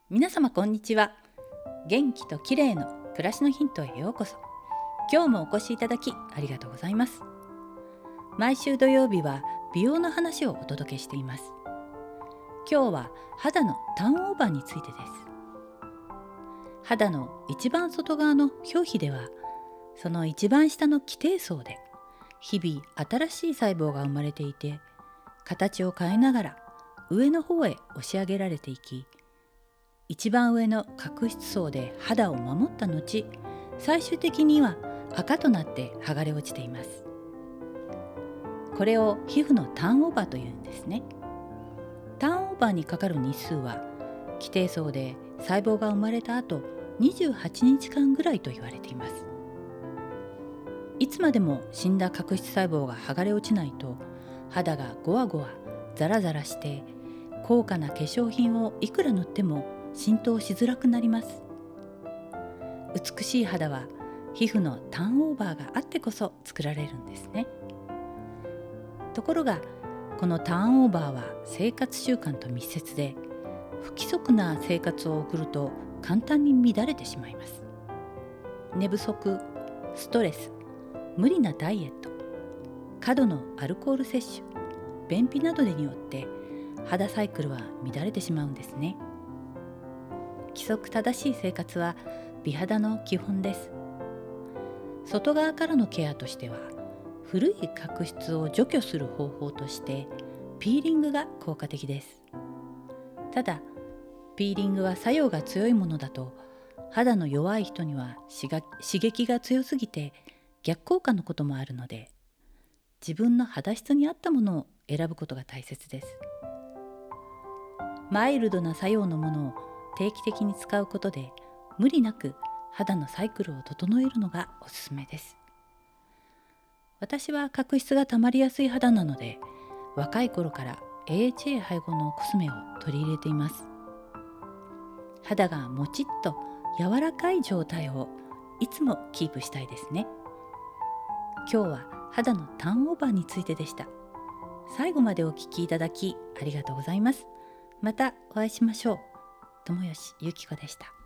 皆様こんにちは。元気と綺麗の暮らしのヒントへようこそ。今日もお越しいただきありがとうございます。毎週土曜日は美容の話をお届けしています。今日は肌のターンオーバーについてです。肌の一番外側の表皮では、その一番下の基底層で日々新しい細胞が生まれていて、形を変えながら上の方へ押し上げられていき、一番上の角質層で肌を守った後、最終的には赤となって剥がれ落ちています。これを皮膚のターンオーバーというんですね。ターンオーバーにかかる日数は、基底層で細胞が生まれた後28日間ぐらいと言われています。いつまでも死んだ角質細胞が剥がれ落ちないと、肌がゴワゴワザラザラして、高価な化粧品をいくら塗っても浸透しづらくなります。美しい肌は皮膚のターンオーバーがあってこそ作られるんですね。ところが、このターンオーバーは生活習慣と密接で、不規則な生活を送ると簡単に乱れてしまいます。寝不足、ストレス、無理なダイエット、過度のアルコール摂取、便秘などによって肌サイクルは乱れてしまうんですね。規則正しい生活は美肌の基本です。外側からのケアとしては、古い角質を除去する方法としてピーリングが効果的です。ただ、ピーリングは作用が強いものだと、肌の弱い人には刺激が強すぎて逆効果のこともあるので、自分の肌質に合ったものを選ぶことが大切です。マイルドな作用のものを定期的に使うことで、無理なく肌のサイクルを整えるのがおすすめです。私は角質がたまりやすい肌なので、若い頃から AHA 配合のコスメを取り入れています。肌がもちっと柔らかい状態をいつもキープしたいですね。今日は肌のターンオーバーについてでした。最後までお聞きいただきありがとうございます。またお会いしましょう。友吉ゆき子でした。